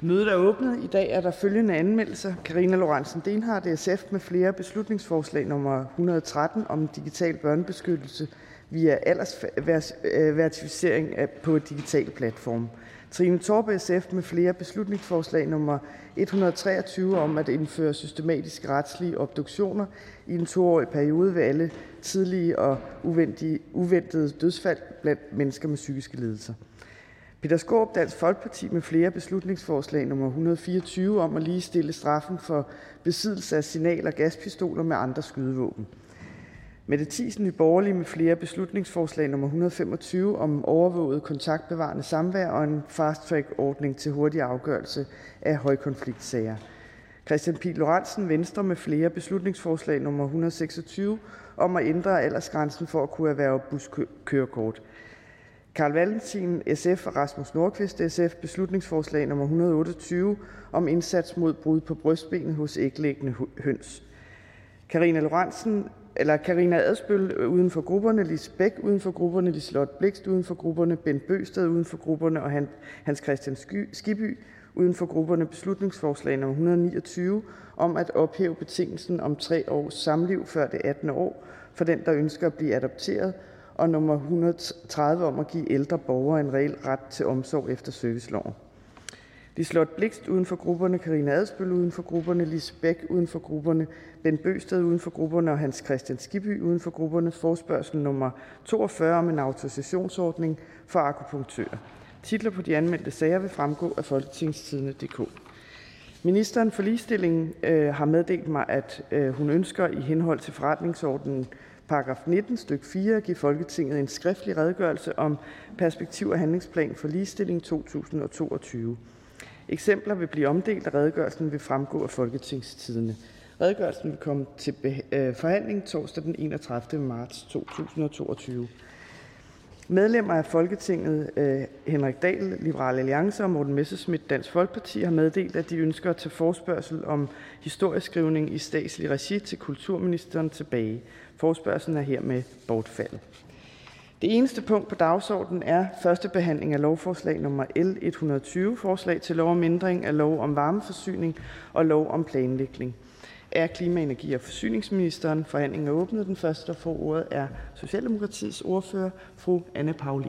Mødet er åbnet. I dag er der følgende anmeldelser: Karina Lorentzen Dehnhardt (SF) med flere: beslutningsforslag nummer 113 om digital børnebeskyttelse via aldersverificering på digitale platforme. Trine Torp (SF) med flere: beslutningsforslag nummer 123 om at indføre systematiske retslige obduktioner i en 2-årig periode ved alle tidlige og uventede dødsfald blandt mennesker med psykiske lidelser. Peter Skaarup (Dansk Folkeparti) med flere: beslutningsforslag nummer 124 om at ligestille straffen for besiddelse af signal- og gaspistoler med andre skydevåben. Mette Thiesen (NB) med flere: beslutningsforslag nummer 125 om overvåget kontaktbevarende samvær og en fast-track-ordning til hurtig afgørelse af højkonfliktsager. Kristian Pihl Lorentzen (Venstre) med flere: beslutningsforslag nummer 126 om at ændre aldersgrænsen for at kunne erhverve buskørekort. Carl Valentin (SF) og Rasmus Nordqvist (SF) beslutningsforslag nummer 128 om indsats mod brud på brystbenet hos æglæggende høns. Karina Adsbøl uden for grupperne, Lise Bech uden for grupperne, Liselott Blixt uden for grupperne, Bent Bøgsted uden for grupperne og Hans Kristian Skibby uden for grupperne beslutningsforslag nummer 129 om at ophæve betingelsen om 3 års samliv før det 18. år for den, der ønsker at blive adopteret, og nummer 130 om at give ældre borgere en reel ret til omsorg efter serviceloven. Liselott Blixt uden for grupperne, Karina Adsbøl uden for grupperne, Lise Bech uden for grupperne, Bent Bøgsted uden for grupperne og Hans Kristian Skibby uden for grupperne forespørgsel nummer 42 om en autorisationsordning for akupunktører. Titler på de anmeldte sager vil fremgå af folketingstidende.dk. Ministeren for ligestilling har meddelt mig, at hun ønsker i henhold til forretningsordenen paragraf 19 stykke 4 at give Folketinget en skriftlig redegørelse om perspektiv- og handlingsplan for ligestilling 2022. Eksempler vil blive omdelt, og redegørelsen vil fremgå af Folketingstidende. Redegørelsen vil komme til forhandling torsdag den 31. marts 2022. Medlemmer af Folketinget Henrik Dahl (Liberal Alliance) og Morten Messerschmidt (Dansk Folkeparti) har meddelt, at de ønsker at tage forespørgsel om historieskrivning i statslig regi til kulturministeren tilbage. Forespørgslen er hermed bortfaldet. Det eneste punkt på dagsordenen er: første behandling af lovforslag nummer L 120: Forslag til lov om ændring af lov om varmeforsyning og lov om planlægning. Af klima-, energi- og forsyningsministeren. Forhandlingen er åbnet. Den første, der får ordet, er Socialdemokratiets ordfører, fru Anne Paulin.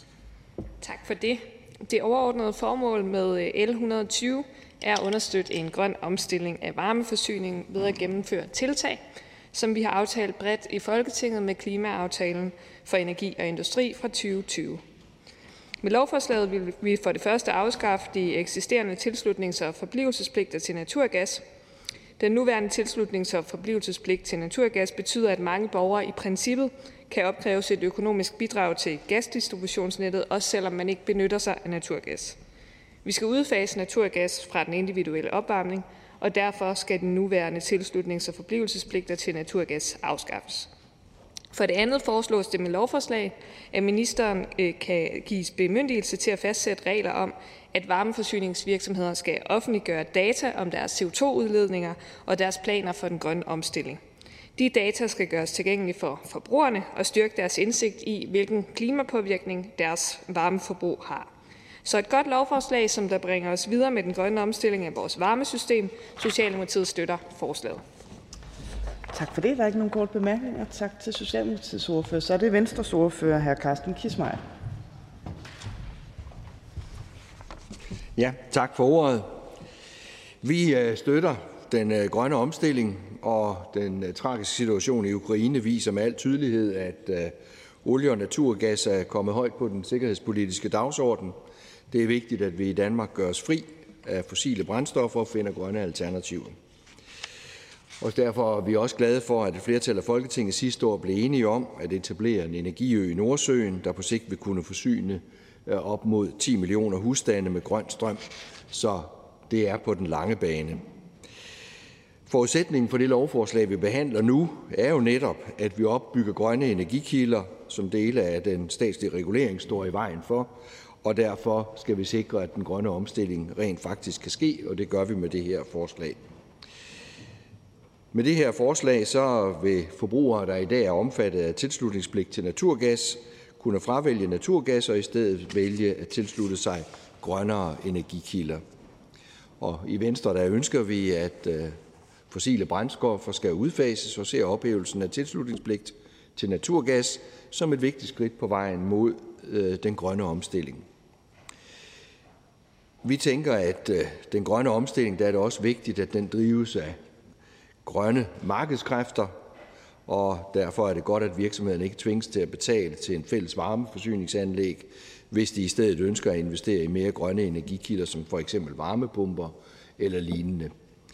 Tak for det. Det overordnede formål med L 120 er at understøtte en grøn omstilling af varmeforsyningen ved at gennemføre tiltag, som vi har aftalt bredt i Folketinget med klimaaftalen for energi og industri fra 2020. Med lovforslaget vil vi for det første afskaffe de eksisterende tilslutnings- og forblivelsespligter til naturgas. Den nuværende tilslutnings- og forblivelsespligt til naturgas betyder, at mange borgere i princippet kan opkræves et økonomisk bidrag til gasdistributionsnettet, også selvom man ikke benytter sig af naturgas. Vi skal udfase naturgas fra den individuelle opvarmning, og derfor skal den nuværende tilslutnings- og forblivelsespligter til naturgas afskaffes. For det andet foreslås det med lovforslag, at ministeren kan gives bemyndigelse til at fastsætte regler om, at varmeforsyningsvirksomheder skal offentliggøre data om deres CO2-udledninger og deres planer for den grønne omstilling. De data skal gøres tilgængelige for forbrugerne og styrke deres indsigt i, hvilken klimapåvirkning deres varmeforbrug har. Så et godt lovforslag, som der bringer os videre med den grønne omstilling af vores varmesystem. Socialdemokratiet støtter forslaget. Tak for det. Der er ikke nogen korte bemærkninger. Tak til Socialdemokratiets ordfører. Så er det Venstres ordfører, hr. Carsten Kissmeyer. Ja, tak for ordet. Vi støtter den grønne omstilling, og den tragiske situation i Ukraine viser med al tydelighed, at olie og naturgas er kommet højt på den sikkerhedspolitiske dagsorden. Det er vigtigt, at vi i Danmark gør os fri af fossile brændstoffer og finder grønne alternativer. Og derfor er vi også glade for, at et flertal af Folketinget sidste år blev enige om at etablere en energiø i Nordsøen, der på sigt vil kunne forsyne op mod 10 millioner husstande med grøn strøm. Så det er på den lange bane. Forudsætningen for det lovforslag, vi behandler nu, er jo netop, at vi opbygger grønne energikilder, som dele af den statslige regulering står i vejen for, og derfor skal vi sikre, at den grønne omstilling rent faktisk kan ske, og det gør vi med det her forslag. Med det her forslag så vil forbrugere, der i dag er omfattet af tilslutningspligt til naturgas, kunne fravælge naturgas og i stedet vælge at tilslutte sig grønnere energikilder. Og i Venstre der ønsker vi, at fossile brændstoffer skal udfases og ser ophævelsen af tilslutningspligt til naturgas som et vigtigt skridt på vejen mod den grønne omstilling. Vi tænker, at den grønne omstilling, der er det også vigtigt, at den drives af grønne markedskræfter, og derfor er det godt, at virksomhederne ikke tvinges til at betale til en fælles varmeforsyningsanlæg, hvis de i stedet ønsker at investere i mere grønne energikilder, som for eksempel varmepumper eller lignende.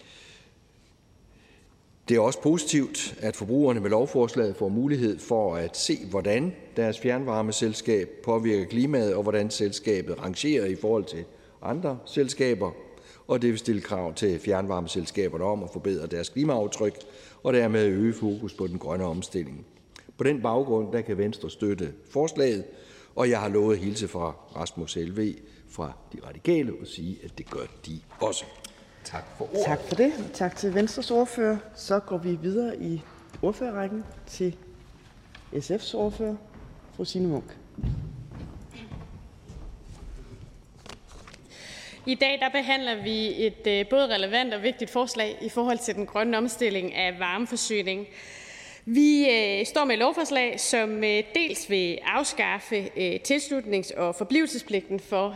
Det er også positivt, at forbrugerne med lovforslaget får mulighed for at se, hvordan deres fjernvarmeselskab påvirker klimaet, og hvordan selskabet rangerer i forhold til andre selskaber, og det vil stille krav til fjernvarmeselskaberne om at forbedre deres klimaaftryk og dermed øge fokus på den grønne omstilling. På den baggrund der kan Venstre støtte forslaget, og jeg har lovet at hilse fra Rasmus Helveg fra De Radikale og sige, at det gør de også. Tak for ordet. Tak for det. Tak til Venstres ordfører. Så går vi videre i ordførerrækken til SF's ordfører, fru Signe Munk. I dag der behandler vi et både relevant og vigtigt forslag i forhold til den grønne omstilling af varmeforsyning. Vi står med et lovforslag, som dels vil afskaffe tilslutnings- og forblivelsespligten for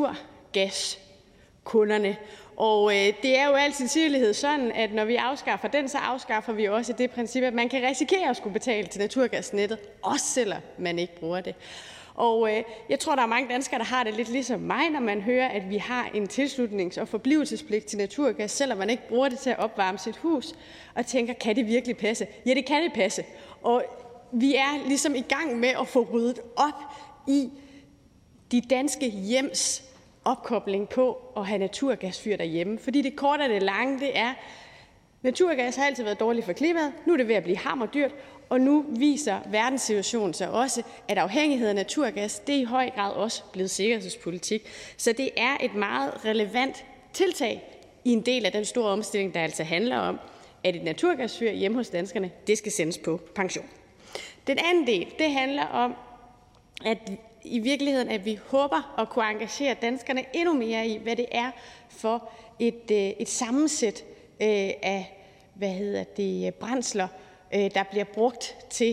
naturgaskunderne. Og det er jo altid sandsynlighed sådan, at når vi afskaffer den, så afskaffer vi også det princip, at man kan risikere at skulle betale til naturgasnettet, også selvom man ikke bruger det. Og jeg tror, der er mange danskere, der har det lidt ligesom mig, når man hører, at vi har en tilslutnings- og forblivelsespligt til naturgas, selvom man ikke bruger det til at opvarme sit hus, og tænker, kan det virkelig passe? Ja, det kan det passe. Og vi er ligesom i gang med at få ryddet op i de danske hjems opkobling på at have naturgasfyr derhjemme. Fordi det korte og det lange, det er, naturgas har altid været dårligt for klimaet, nu er det ved at blive hammerdyrt, og nu viser verdenssituationen sig også, at afhængighed af naturgas, det er i høj grad også blevet sikkerhedspolitik. Så det er et meget relevant tiltag i en del af den store omstilling, der altså handler om, at et naturgasfyr hjemme hos danskerne, det skal sendes på pension. Den anden del, det handler om, at i virkeligheden, at vi håber at kunne engagere danskerne endnu mere i, hvad det er for et sammensæt af brændsler, der bliver brugt til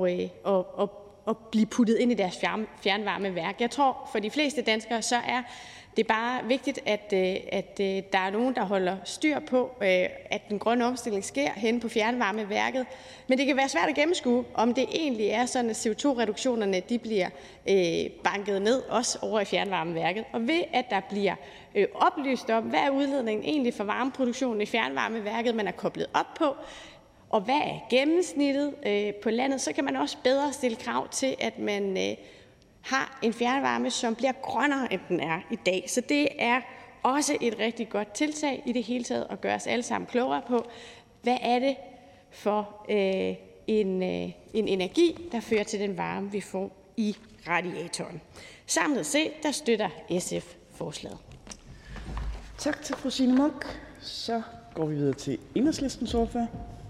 at blive puttet ind i deres fjernvarmeværk. Jeg tror, for de fleste danskere, så er det er bare vigtigt, at der er nogen, der holder styr på, at den grønne omstilling sker hen på fjernvarmeværket. Men det kan være svært at gennemskue, om det egentlig er sådan, at CO2-reduktionerne de bliver banket ned, også over i fjernvarmeværket. Og ved at der bliver oplyst om, hvad er udledningen egentlig for varmeproduktionen i fjernvarmeværket, man er koblet op på, og hvad er gennemsnittet på landet, så kan man også bedre stille krav til, at man har en fjernvarme, som bliver grønnere, end den er i dag. Så det er også et rigtig godt tiltag i det hele taget at gøre os alle sammen klogere på, hvad er det for en energi, der fører til den varme, vi får i radiatoren. Samlet set, der støtter SF forslaget. Tak til fru Signe Munk. Så går vi videre til Enhedslistens ordfører.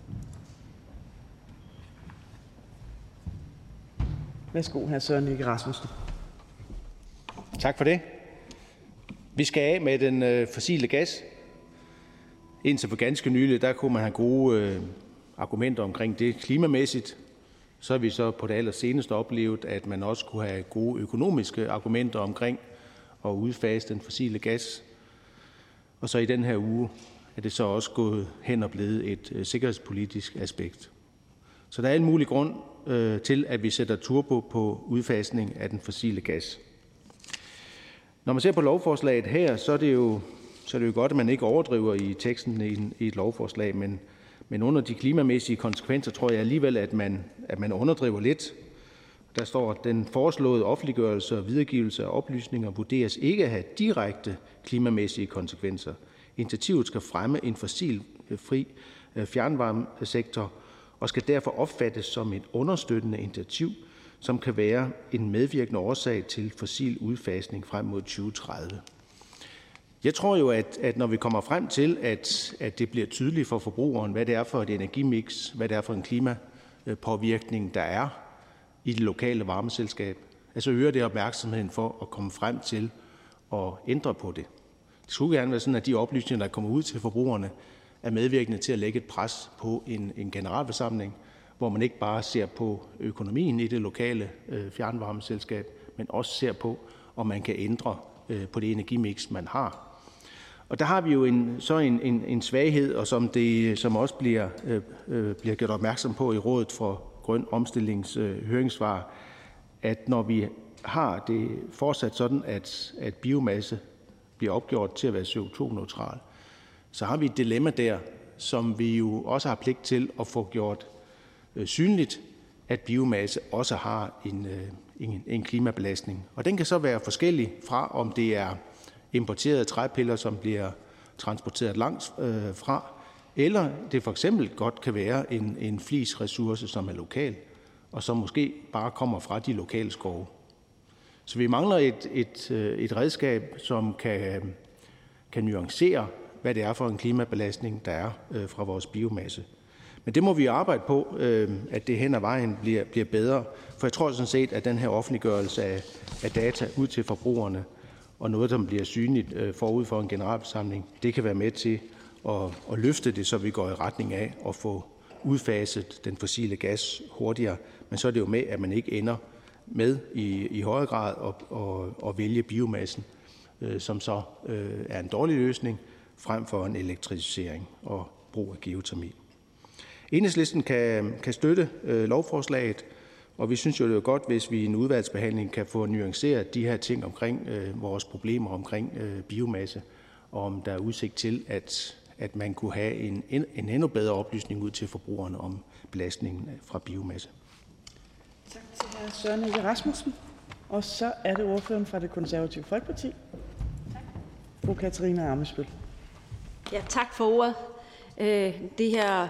Værsgo, hr. Søren Egge Rasmussen. Tak for det. Vi skal af med den fossile gas. Indtil for ganske nylig, der kunne man have gode argumenter omkring det klimamæssigt. Så har vi så på det allerseneste oplevet, at man også kunne have gode økonomiske argumenter omkring at udfase den fossile gas. Og så i den her uge er det så også gået hen og blevet et sikkerhedspolitisk aspekt. Så der er en mulig grund til, at vi sætter turbo på udfasning af den fossile gas. Når man ser på lovforslaget her, så er det jo godt, at man ikke overdriver i teksten i et lovforslag, men under de klimamæssige konsekvenser tror jeg alligevel, at man underdriver lidt. Der står, at den foreslåede offentliggørelse og videregivelse af oplysninger vurderes ikke at have direkte klimamæssige konsekvenser. Initiativet skal fremme en fossilfri fjernvarmesektor og skal derfor opfattes som et understøttende initiativ, som kan være en medvirkende årsag til fossil udfasning frem mod 2030. Jeg tror jo, at når vi kommer frem til, at det bliver tydeligt for forbrugeren, hvad det er for et energimix, hvad det er for en klimapåvirkning, der er i det lokale varmeselskab, så øger det opmærksomheden for at komme frem til at ændre på det. Det skulle gerne være sådan, at de oplysninger, der kommer ud til forbrugerne, er medvirkende til at lægge et pres på en generalforsamling, hvor man ikke bare ser på økonomien i det lokale fjernvarmeselskab, men også ser på, om man kan ændre på det energimix, man har. Og der har vi jo en svaghed, og som også bliver gjort opmærksom på i Rådet for Grøn Omstillings høringssvar, at når vi har det fortsat sådan, at biomasse bliver opgjort til at være CO2-neutral, så har vi et dilemma der, som vi jo også har pligt til at få gjort synligt, at biomasse også har en klimabelastning. Og den kan så være forskellig fra, om det er importerede træpiller, som bliver transporteret langt fra, eller det for eksempel godt kan være en flisressource, som er lokal, og som måske bare kommer fra de lokale skove. Så vi mangler et redskab, som kan nuancere, hvad det er for en klimabelastning, der er fra vores biomasse. Men det må vi arbejde på, at det hen ad vejen bliver bedre. For jeg tror sådan set, at den her offentliggørelse af data ud til forbrugerne, og noget, som bliver synligt forud for en generalforsamling, det kan være med til at løfte det, så vi går i retning af at få udfaset den fossile gas hurtigere. Men så er det jo med, at man ikke ender med i højere grad at vælge biomassen, som så er en dårlig løsning, frem for en elektrificering og brug af geotermi. Enhedslisten kan støtte lovforslaget, og vi synes jo, det er godt, hvis vi i en udvalgsbehandling kan få nuanceret de her ting omkring vores problemer omkring biomasse, og om der er udsigt til, at man kunne have en endnu bedre oplysning ud til forbrugerne om belastningen fra biomasse. Tak til hr. Søren Egge Rasmussen. Og så er det ordføreren fra Det Konservative Folkeparti. Tak. Fru Katarina Ammitzbøll. Ja, tak for ordet. Det her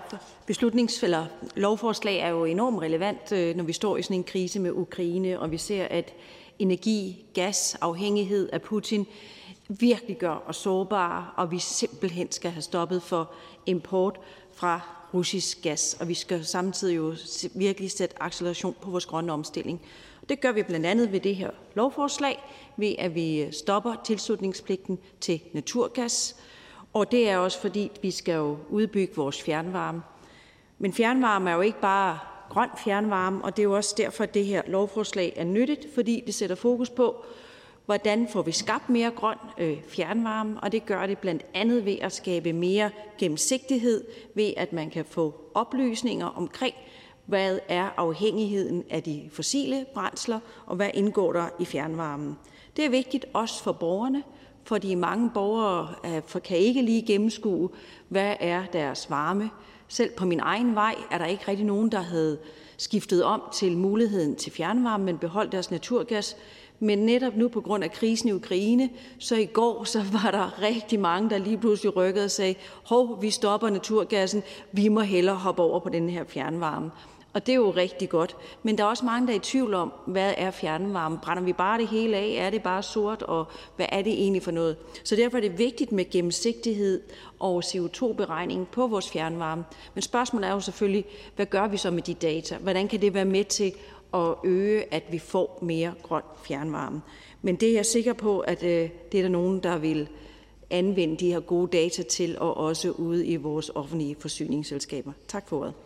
lovforslag er jo enormt relevant, når vi står i sådan en krise med Ukraine, og vi ser, at gas-afhængighed af Putin virkelig gør os sårbare, og vi simpelthen skal have stoppet for import fra russisk gas, og vi skal samtidig jo virkelig sætte acceleration på vores grønne omstilling. Det gør vi blandt andet ved det her lovforslag, ved at vi stopper tilslutningspligten til naturgas, og det er også fordi, vi skal jo udbygge vores fjernvarme. Men fjernvarme er jo ikke bare grøn fjernvarme, og det er jo også derfor, at det her lovforslag er nyttigt, fordi det sætter fokus på, hvordan får vi skabt mere grøn fjernvarme, og det gør det blandt andet ved at skabe mere gennemsigtighed, ved at man kan få oplysninger omkring, hvad er afhængigheden af de fossile brændsler, og hvad indgår der i fjernvarmen. Det er vigtigt også for borgerne, fordi mange borgere kan ikke lige gennemskue, hvad er deres varme. Selv på min egen vej er der ikke rigtig nogen, der havde skiftet om til muligheden til fjernvarme, men beholdt deres naturgas. Men netop nu på grund af krisen i Ukraine, så i går så var der rigtig mange, der lige pludselig rykkede og sagde, hov, vi stopper naturgassen, vi må hellere hoppe over på den her fjernvarme. Og det er jo rigtig godt. Men der er også mange, der er i tvivl om, hvad er fjernvarme? Brænder vi bare det hele af? Er det bare sort? Og hvad er det egentlig for noget? Så derfor er det vigtigt med gennemsigtighed og CO2-beregning på vores fjernvarme. Men spørgsmålet er jo selvfølgelig, hvad gør vi så med de data? Hvordan kan det være med til at øge, at vi får mere grøn fjernvarme? Men det er jeg sikker på, at det er der nogen, der vil anvende de her gode data til, og også ude i vores offentlige forsyningsselskaber. Tak for ordet.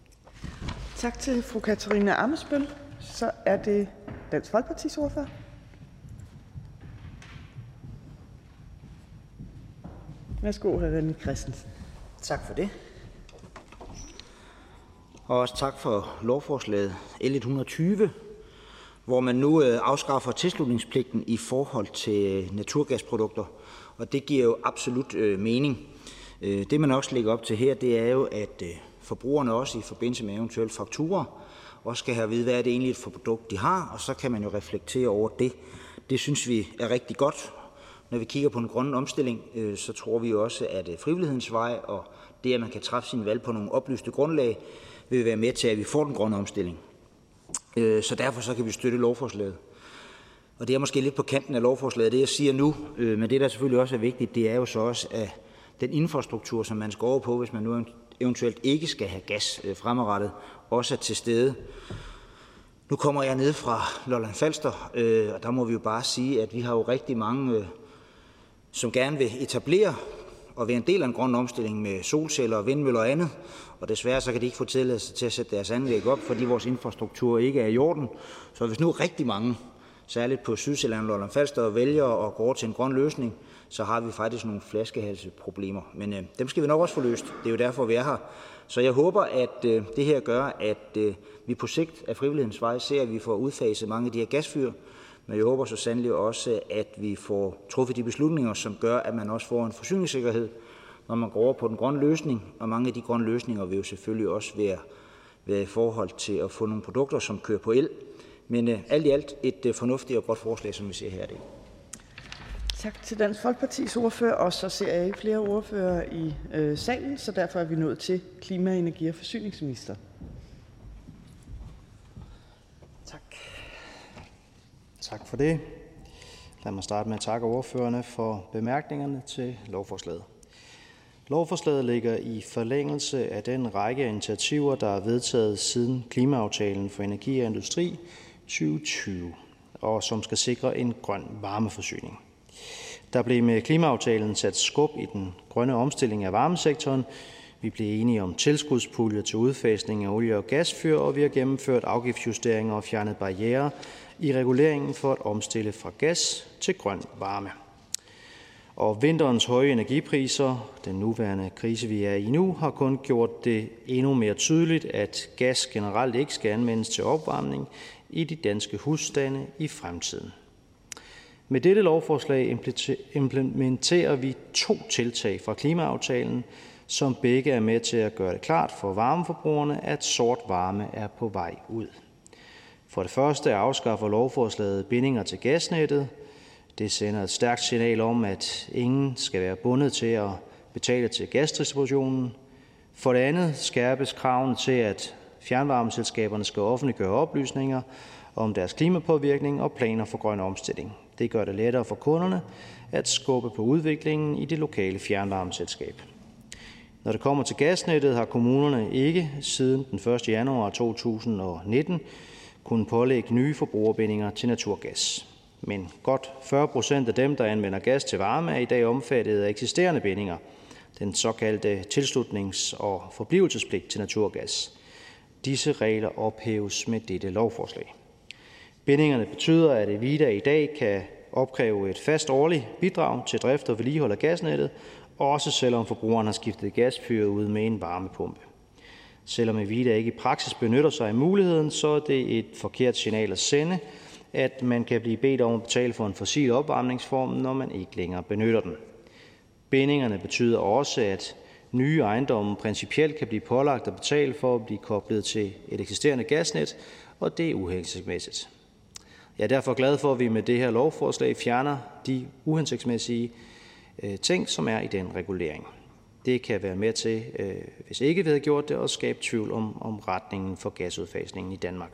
Tak til fru Katarina Ammitzbøll. Så er det Dansk Folkepartis ordfører. Værsgo, hr. René Christensen. Tak for det. Og også tak for lovforslaget L120, hvor man nu afskaffer tilslutningspligten i forhold til naturgasprodukter. Og det giver jo absolut mening. Det man også lægger op til her, det er jo, at forbrugerne også i forbindelse med eventuelle fakturer også skal have at vide, hvad er det egentlig for produkt, de har, og så kan man jo reflektere over det. Det synes vi er rigtig godt. Når vi kigger på en grøn omstilling, så tror vi jo også, at frivillighedens vej og det, at man kan træffe sine valg på nogle oplyste grundlag, vil være med til, at vi får den grønne omstilling. Så derfor så kan vi støtte lovforslaget. Og det er måske lidt på kanten af lovforslaget, det jeg siger nu, men det der selvfølgelig også er vigtigt, det er jo så også, at den infrastruktur, som man skal over på, hvis man nu eventuelt ikke skal have gas fremadrettet, også er til stede. Nu kommer jeg ned fra Lolland Falster, og der må vi jo bare sige, at vi har jo rigtig mange som gerne vil etablere og være en del af en grøn omstilling med solceller og vindmøller og andet. Og desværre så kan de ikke få tilladelse til at sætte deres anlæg op, fordi vores infrastruktur ikke er i orden. Så hvis nu rigtig mange, særligt på Sydsjælland og Lolland-Falster, vælger at gå over til en grøn løsning, så har vi faktisk nogle flaskehalseproblemer. Men dem skal vi nok også få løst. Det er jo derfor, vi er her. Så jeg håber, at det her gør, at vi på sigt af frivillighedens vej ser, at vi får udfaset mange af de her gasfyr. Men jeg håber så sandelig også, at vi får truffet de beslutninger, som gør, at man også får en forsyningssikkerhed, når man går over på den grønne løsning. Og mange af de grønne løsninger vil jo selvfølgelig også være i forhold til at få nogle produkter, som kører på el. Men alt i alt et fornuftigt og godt forslag, som vi ser her i dag. Tak til Dansk Folkepartis ordfører, og så ser jeg ikke flere ordførere i salen, så derfor er vi nået til klima-, energi- og forsyningsminister. Tak. Tak for det. Lad mig starte med at takke ordførerne for bemærkningerne til lovforslaget. Lovforslaget ligger i forlængelse af den række af initiativer, der er vedtaget siden klimaaftalen for energi og industri 2020, og som skal sikre en grøn varmeforsyning. Der blev med klimaaftalen sat skub i den grønne omstilling af varmesektoren. Vi blev enige om tilskudspuljer til udfasning af olie- og gasfyr, og vi har gennemført afgiftsjusteringer og fjernet barrierer i reguleringen for at omstille fra gas til grøn varme. Og vinterens høje energipriser, den nuværende krise, vi er i nu, har kun gjort det endnu mere tydeligt, at gas generelt ikke skal anvendes til opvarmning i de danske husstande i fremtiden. Med dette lovforslag implementerer vi 2 tiltag fra klimaaftalen, som begge er med til at gøre det klart for varmeforbrugerne, at sort varme er på vej ud. For det første afskaffer lovforslaget bindinger til gasnettet. Det sender et stærkt signal om, at ingen skal være bundet til at betale til gasdistributionen. For det andet skærpes kravene til, at fjernvarmeselskaberne skal offentliggøre oplysninger om deres klimapåvirkning og planer for grøn omstilling. Det gør det lettere for kunderne at skubbe på udviklingen i det lokale fjernvarmeselskab. Når det kommer til gasnettet, har kommunerne ikke siden den 1. januar 2019 kunnet pålægge nye forbrugerbindinger til naturgas. Men godt 40% af dem, der anvender gas til varme, er i dag omfattet af eksisterende bindinger, den såkaldte tilslutnings- og forblivelsespligt til naturgas. Disse regler ophæves med dette lovforslag. Bindingerne betyder, at Evida i dag kan opkræve et fast årligt bidrag til drift og vedligehold af gasnettet, også selvom forbrugeren har skiftet gasfyret ud med en varmepumpe. Selvom Evida ikke i praksis benytter sig af muligheden, så er det et forkert signal at sende, at man kan blive bedt om at betale for en fossil opvarmningsform, når man ikke længere benytter den. Bindingerne betyder også, at nye ejendomme principielt kan blive pålagt at betale for at blive koblet til et eksisterende gasnet, og det er uhensigtsmæssigt. Jeg er derfor glad for, at vi med det her lovforslag fjerner de uhensigtsmæssige ting, som er i den regulering. Det kan være med til, hvis ikke vi havde gjort det, at skabe tvivl om retningen for gasudfasningen i Danmark.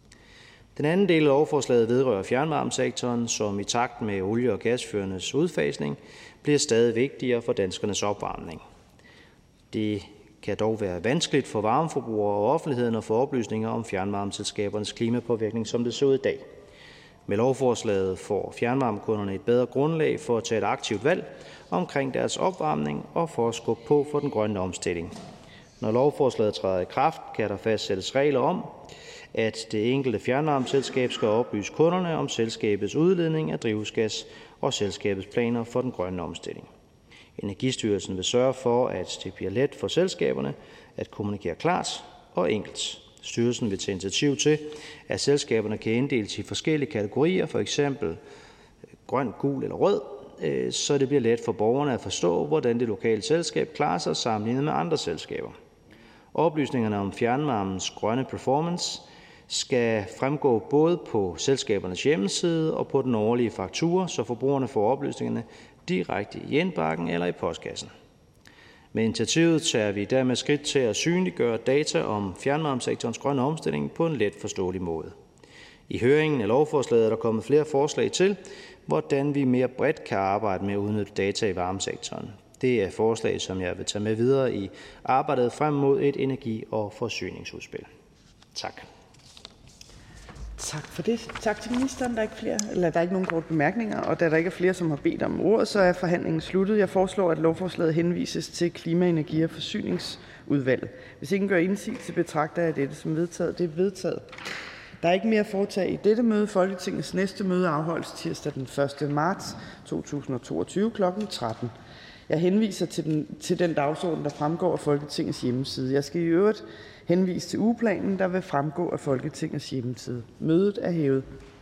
Den anden del af lovforslaget vedrører fjernvarmesektoren, som i takt med olie- og gasfyrenes udfasning bliver stadig vigtigere for danskernes opvarmning. Det kan dog være vanskeligt for varmeforbrugere og offentligheden at få oplysninger om fjernvarmeselskabernes klimapåvirkning, som det ser ud i dag. Med lovforslaget får fjernvarmekunderne et bedre grundlag for at tage et aktivt valg omkring deres opvarmning og for at skubbe på for den grønne omstilling. Når lovforslaget træder i kraft, kan der fastsættes regler om, at det enkelte fjernvarmeselskab skal oplyse kunderne om selskabets udledning af drivhusgas og selskabets planer for den grønne omstilling. Energistyrelsen vil sørge for, at det bliver let for selskaberne at kommunikere klart og enkelt. Styrelsen vil tage initiativ til, at selskaberne kan inddeles i forskellige kategorier, f.eks. grøn, gul eller rød, så det bliver let for borgerne at forstå, hvordan det lokale selskab klarer sig sammenlignet med andre selskaber. Oplysningerne om fjernvarmens grønne performance skal fremgå både på selskabernes hjemmeside og på den årlige faktura, så forbrugerne får oplysningerne direkte i indbakken eller i postkassen. Med initiativet tager vi dermed skridt til at synliggøre data om fjernvarmesektorens grønne omstilling på en let forståelig måde. I høringen af lovforslaget er der kommet flere forslag til, hvordan vi mere bredt kan arbejde med at udnytte data i varmesektoren. Det er forslag, som jeg vil tage med videre i arbejdet frem mod et energi- og forsyningsudspil. Tak. Tak for det. Tak til ministeren. Der er ikke nogen korte bemærkninger, og da der ikke er flere, som har bedt om ordet, så er forhandlingen sluttet. Jeg foreslår, at lovforslaget henvises til Klima-, Energi- og Forsyningsudvalget. Hvis ingen gør indsigelse, betragter jeg dette som vedtaget. Det er vedtaget. Der er ikke mere at foretage i dette møde. Folketingets næste møde afholdes tirsdag den 1. marts 2022 kl. 13. Jeg henviser til den dagsorden, der fremgår af Folketingets hjemmeside. Jeg skal i øvrigt henvise til ugeplanen, der vil fremgå af Folketingets hjemmeside. Mødet er hævet.